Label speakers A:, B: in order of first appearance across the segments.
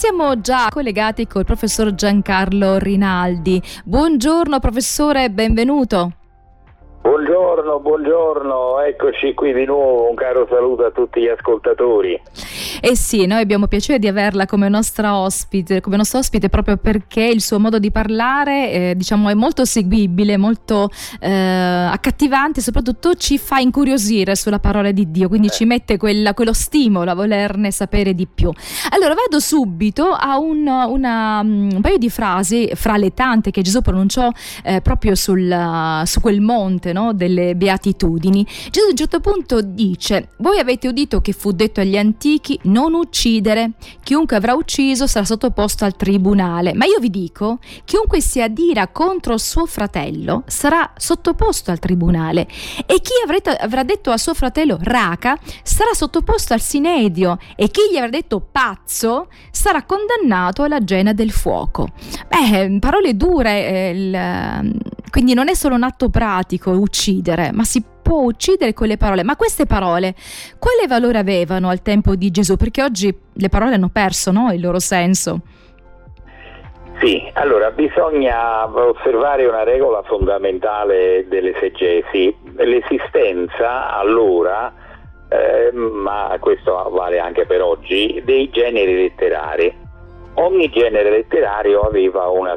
A: siamo già collegati col professor Giancarlo Rinaldi. Buongiorno professore, benvenuto.
B: Buongiorno, eccoci qui di nuovo, un caro saluto a tutti gli ascoltatori.
A: Eh sì, noi abbiamo piacere di averla come nostro ospite proprio perché il suo modo di parlare è molto seguibile, molto accattivante, soprattutto ci fa incuriosire sulla parola di Dio, quindi ci mette quello stimolo a volerne sapere di più. Allora vado subito a un paio di frasi fra le tante che Gesù pronunciò proprio su quel monte, no, delle beatitudini. Gesù a un certo punto dice: voi avete udito che fu detto agli antichi non uccidere, chiunque avrà ucciso sarà sottoposto al tribunale, ma io vi dico, chiunque si adira contro suo fratello sarà sottoposto al tribunale, e chi avrà detto a suo fratello raca sarà sottoposto al sinedio, e chi gli avrà detto pazzo sarà condannato alla gena del fuoco. Parole dure, quindi non è solo un atto pratico uccidere, ma si può uccidere con le parole. Ma queste parole quale valore avevano al tempo di Gesù? Perché oggi le parole hanno perso, no, il loro senso.
B: Sì, allora bisogna osservare una regola fondamentale dell'esegesi. L'esistenza allora, ma questo vale anche per oggi, dei generi letterari. Ogni genere letterario aveva un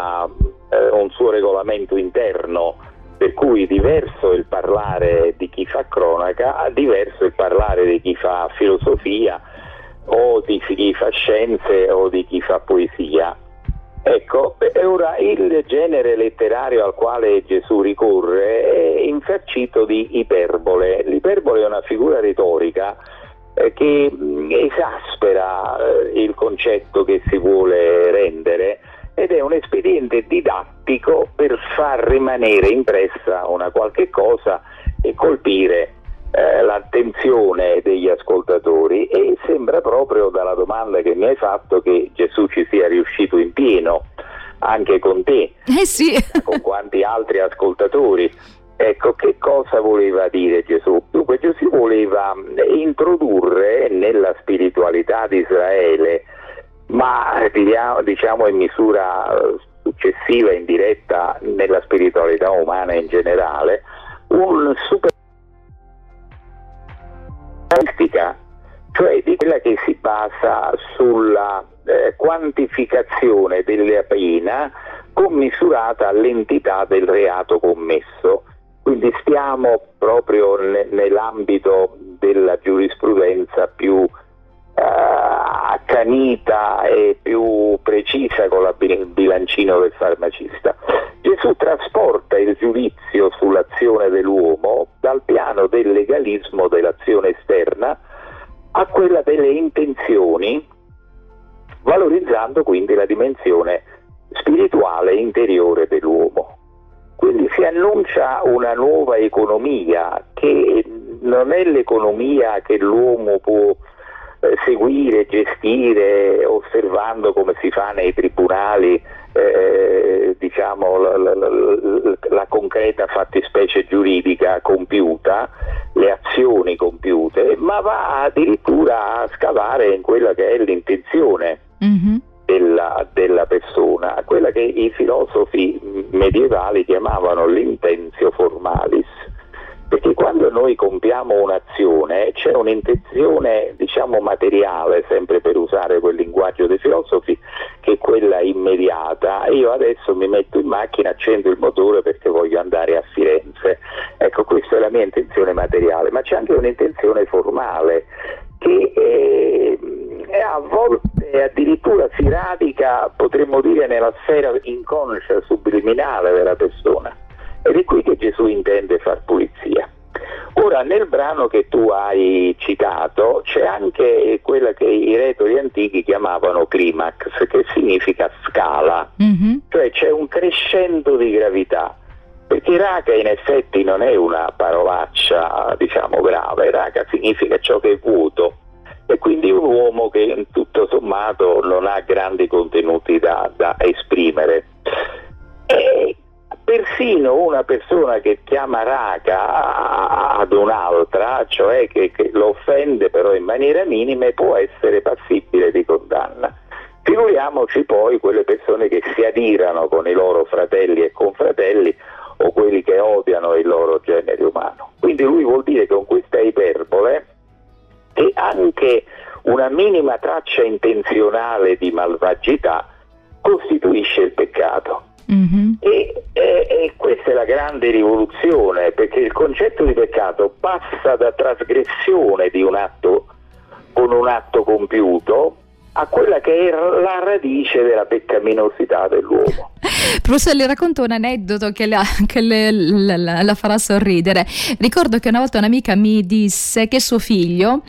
B: suo regolamento interno, per cui diverso il parlare di chi fa cronaca, diverso il parlare di chi fa filosofia o di chi fa scienze o di chi fa poesia. Ecco, ora il genere letterario al quale Gesù ricorre è infarcito di iperbole. L'iperbole è una figura retorica che esaspera il concetto che si vuole rendere, ed è un espediente didattico per far rimanere impressa una qualche cosa e colpire l'attenzione degli ascoltatori, e sembra proprio dalla domanda che mi hai fatto che Gesù ci sia riuscito in pieno, anche con te,
A: sì.
B: Con quanti altri ascoltatori. Ecco, che cosa voleva dire Gesù? Dunque Gesù voleva introdurre nella spiritualità di Israele, ma diciamo in misura successiva, indiretta, nella spiritualità umana in generale, un cioè di quella che si basa sulla quantificazione della pena commisurata all'entità del reato commesso. Quindi stiamo proprio nell'ambito della giurisprudenza più accanita e più precisa con il bilancino del farmacista. Gesù trasporta il giudizio sull'azione dell'uomo dal piano del legalismo dell'azione esterna a quella delle intenzioni, valorizzando quindi la dimensione spirituale interiore dell'uomo. Quindi si annuncia una nuova economia che non è l'economia che l'uomo può seguire, gestire, osservando come si fa nei tribunali, la concreta fattispecie giuridica compiuta, le azioni compiute, ma va addirittura a scavare in quella che è l'intenzione della persona, quella che i filosofi medievali chiamavano l'intentio formalis. Perché quando noi compiamo un'azione c'è un'intenzione, materiale, sempre per usare quel linguaggio dei filosofi, che è quella immediata. Io adesso mi metto in macchina, accendo il motore perché voglio andare a Firenze. Ecco, questa è la mia intenzione materiale, ma c'è anche un'intenzione formale che a volte addirittura si radica, potremmo dire, nella sfera inconscia, subliminale della persona. Ed è qui che Gesù intende far pulizia. Ora, nel brano che tu hai citato c'è anche quella che i retori antichi chiamavano climax, che significa scala, cioè c'è un crescendo di gravità, perché raca in effetti non è una parolaccia grave, raca significa ciò che è vuoto, e quindi un uomo che tutto sommato non ha grandi contenuti da esprimere. E persino una persona che chiama raca ad un'altra, cioè che lo offende però in maniera minima, può essere passibile di condanna. Figuriamoci poi quelle persone che si adirano con i loro fratelli e confratelli o quelli che odiano il loro genere umano. Quindi lui vuol dire che con questa iperbole che anche una minima traccia intenzionale di malvagità costituisce il peccato. Mm-hmm. E questa è la grande rivoluzione, perché il concetto di peccato passa da trasgressione di un atto con un atto compiuto a quella che è la radice della peccaminosità dell'uomo.
A: Professore, le racconto un aneddoto che la farà sorridere. Ricordo che una volta un'amica mi disse che suo figlio,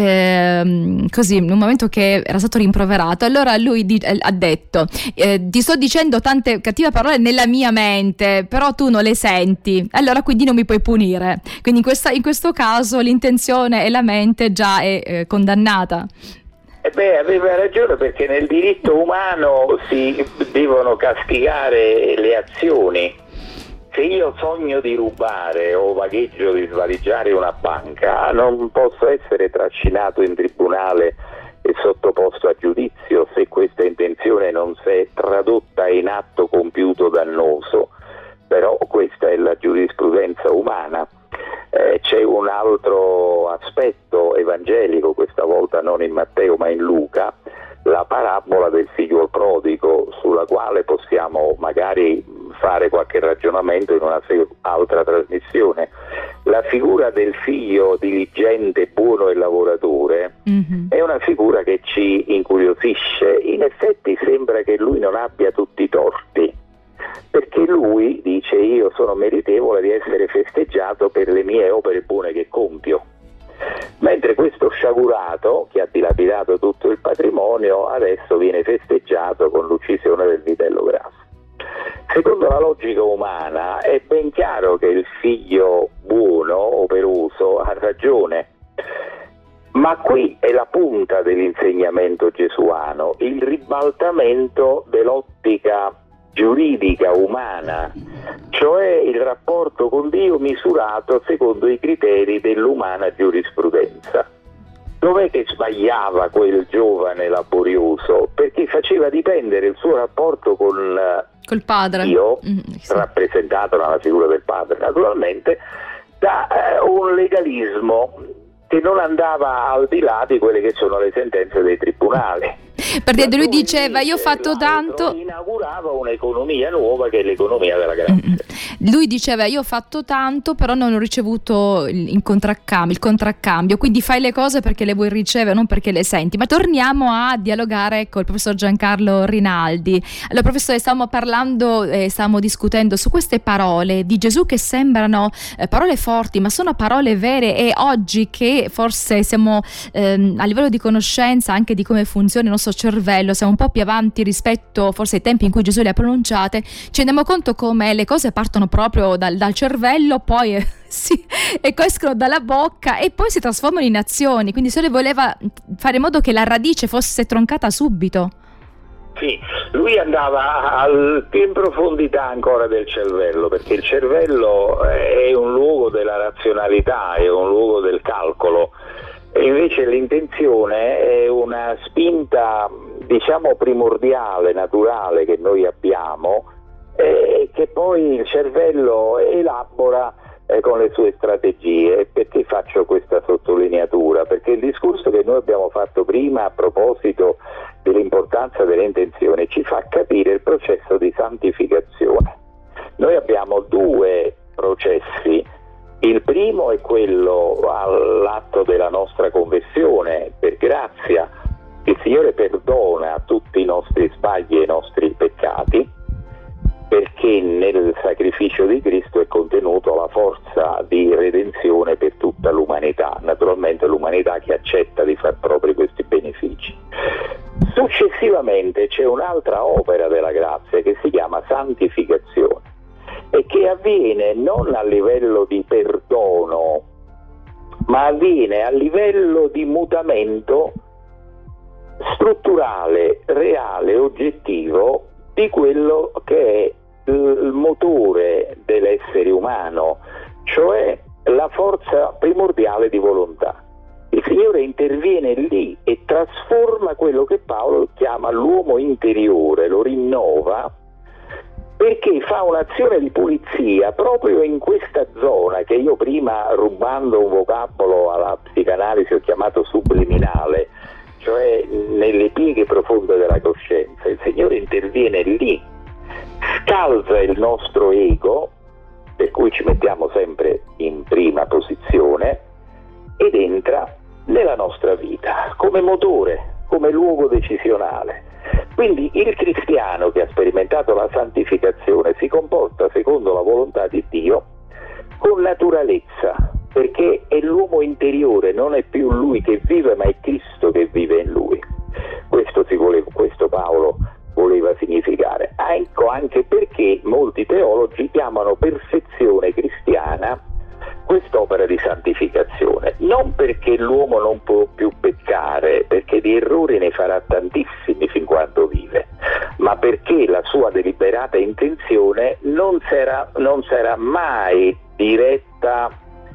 A: così in un momento che era stato rimproverato, allora lui ha detto: ti sto dicendo tante cattive parole nella mia mente, però tu non le senti, allora quindi non mi puoi punire. Quindi in questo caso l'intenzione e la mente già è condannata.
B: Aveva ragione, perché nel diritto umano si devono castigare le azioni. Se io sogno di rubare o vagheggio di svaligiare una banca, non posso essere trascinato in tribunale e sottoposto a giudizio se questa intenzione non si è tradotta in atto compiuto dannoso. Però questa è la giurisprudenza umana. C'è un altro aspetto evangelico, questa volta non in Matteo ma in Luca, la parabola del figlio prodigo, sulla quale possiamo magari fare qualche ragionamento in una altra trasmissione. La figura del figlio diligente, buono e lavoratore è una figura che ci incuriosisce. In effetti sembra che lui non abbia tutti i torti, perché lui dice: io sono meritevole di essere festeggiato per le mie opere buone che compio, mentre questo sciagurato che ha dilapidato tutto il patrimonio adesso viene festeggiato con l'uccisione del vitello grasso. Secondo la logica umana è ben chiaro che il figlio buono, operoso, ha ragione, ma qui è la punta dell'insegnamento gesuano, il ribaltamento dell'ottica giuridica umana, cioè il rapporto con Dio misurato secondo i criteri dell'umana giurisprudenza. Dov'è che sbagliava quel giovane laborioso? Perché faceva dipendere il suo rapporto col
A: padre,
B: Dio, rappresentato dalla figura del padre naturalmente, da un legalismo che non andava al di là di quelle che sono le sentenze dei tribunali.
A: Perché lui diceva: io ho fatto tanto,
B: inaugurava un'economia nuova che è l'economia della grazia.
A: Lui diceva: io ho fatto tanto, però non ho ricevuto il contraccambio, quindi fai le cose perché le vuoi ricevere, non perché le senti. Ma torniamo a dialogare col professor Giancarlo Rinaldi. Allora, professore, stavamo discutendo su queste parole di Gesù che sembrano parole forti, ma sono parole vere, e oggi che forse siamo a livello di conoscenza anche di come funziona il nostro cervello, siamo un po' più avanti rispetto forse ai tempi in cui Gesù le ha pronunciate, ci rendiamo conto come le cose partono proprio dal cervello, poi escono dalla bocca e poi si trasformano in azioni. Quindi solo voleva fare in modo che la radice fosse troncata subito.
B: Sì, lui andava più in profondità ancora del cervello, perché il cervello è un luogo della razionalità, è un luogo del calcolo. E invece l'intenzione è una spinta, diciamo, primordiale, naturale, che noi abbiamo, che poi il cervello elabora con le sue strategie. Perché faccio questa sottolineatura? Perché il discorso che noi abbiamo fatto prima a proposito dell'importanza delle intenzioni ci fa capire il processo di santificazione. Noi abbiamo due processi. Il primo è quello all'atto della nostra conversione, per grazia. Il Signore perdona tutti i nostri sbagli e i nostri peccati, perché nel sacrificio di Cristo è contenuto la forza di redenzione per tutta l'umanità, naturalmente l'umanità che accetta di far propri questi benefici. Successivamente c'è un'altra opera della grazia che si chiama santificazione, e che avviene non a livello di perdono, ma avviene a livello di mutamento strutturale, reale, oggettivo di quello che è il motore dell'essere umano, cioè la forza primordiale di volontà. Il Signore interviene lì e trasforma quello che Paolo chiama l'uomo interiore, lo rinnova, perché fa un'azione di pulizia proprio in questa zona che io prima, rubando un vocabolo alla psicanalisi, ho chiamato subliminale, cioè nelle pieghe profonde della coscienza. Il Signore interviene lì, scalza il nostro ego, per cui ci mettiamo sempre in prima posizione, ed entra nella nostra vita come motore, come luogo decisionale. Quindi il cristiano che ha sperimentato la santificazione si comporta secondo la volontà di Dio con naturalezza, perché è l'uomo interiore, non è più lui che vive, ma è Cristo che vive in lui. Questo Paolo voleva significare. Ecco anche perché molti teologi chiamano perfezione cristiana quest'opera di santificazione, non perché l'uomo non può più peccare, perché di errori ne farà tantissimi fin quando vive, ma perché la sua deliberata intenzione non sarà mai diretta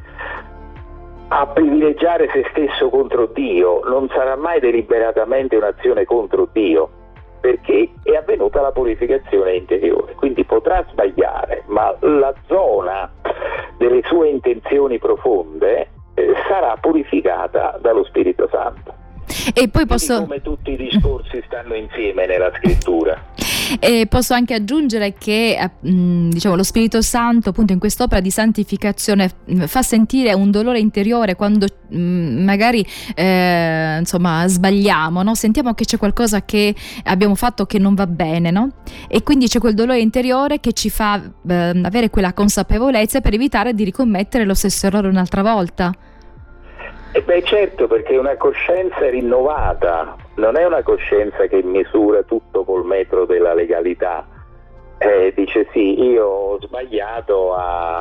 B: a privilegiare se stesso contro Dio, non sarà mai deliberatamente un'azione contro Dio, perché è avvenuta la purificazione interiore. Quindi potrà sbagliare, ma la zona delle sue intenzioni profonde sarà purificata dallo Spirito Santo.
A: E poi come
B: tutti i discorsi stanno insieme nella scrittura.
A: E posso anche aggiungere che diciamo, lo Spirito Santo appunto in quest'opera di santificazione fa sentire un dolore interiore quando magari insomma sbagliamo, no? Sentiamo che c'è qualcosa che abbiamo fatto che non va bene, no? E quindi c'è quel dolore interiore che ci fa avere quella consapevolezza per evitare di ricommettere lo stesso errore un'altra volta.
B: Certo, perché è una coscienza rinnovata, non è una coscienza che misura tutto col metro della legalità. Dice sì, io ho sbagliato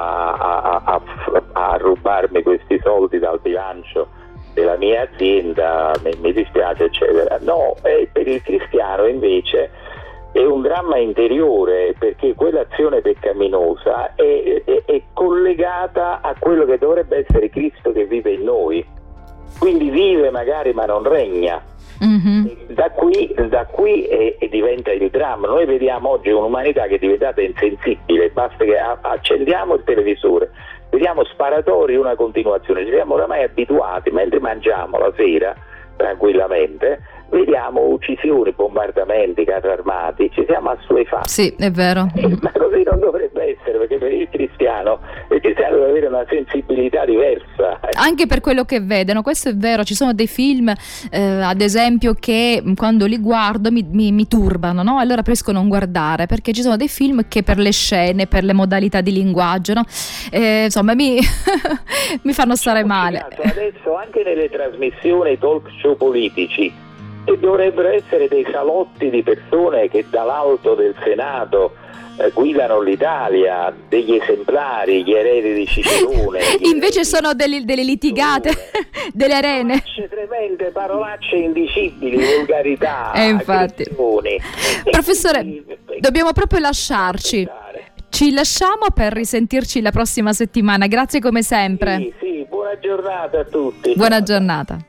B: a rubarmi questi soldi dal bilancio della mia azienda, mi dispiace eccetera. No, per il cristiano invece è un dramma interiore, perché quell'azione peccaminosa è collegata a quello che dovrebbe essere Cristo che vive in noi. Quindi vive magari ma non regna. Mm-hmm. Da qui diventa il dramma. Noi vediamo oggi un'umanità che è diventata insensibile, basta che accendiamo il televisore, vediamo sparatori una continuazione, ci siamo oramai abituati, mentre mangiamo la sera tranquillamente vediamo uccisioni, bombardamenti, carri armati, ci siamo assuefatti.
A: Sì, è vero.
B: Ma così non dovrebbe essere, perché per il cristiano deve avere una sensibilità diversa.
A: Anche per quello che vede, no? Questo è vero, ci sono dei film, ad esempio, che quando li guardo mi turbano, no? Allora preferisco non guardare, perché ci sono dei film che per le scene, per le modalità di linguaggio, no? Insomma, mi fanno stare male.
B: Adesso anche nelle trasmissioni talk show politici, e dovrebbero essere dei salotti di persone che dall'alto del Senato guidano l'Italia, degli esemplari, gli eredi di Cicerone.
A: Invece sono delle litigate, delle arene.
B: Parolacce tremende, parolacce indicibili, volgarità,
A: infatti. Professore, dobbiamo proprio lasciarci. Ci lasciamo per risentirci la prossima settimana. Grazie come sempre.
B: Sì, buona giornata a tutti.
A: Buona giornata.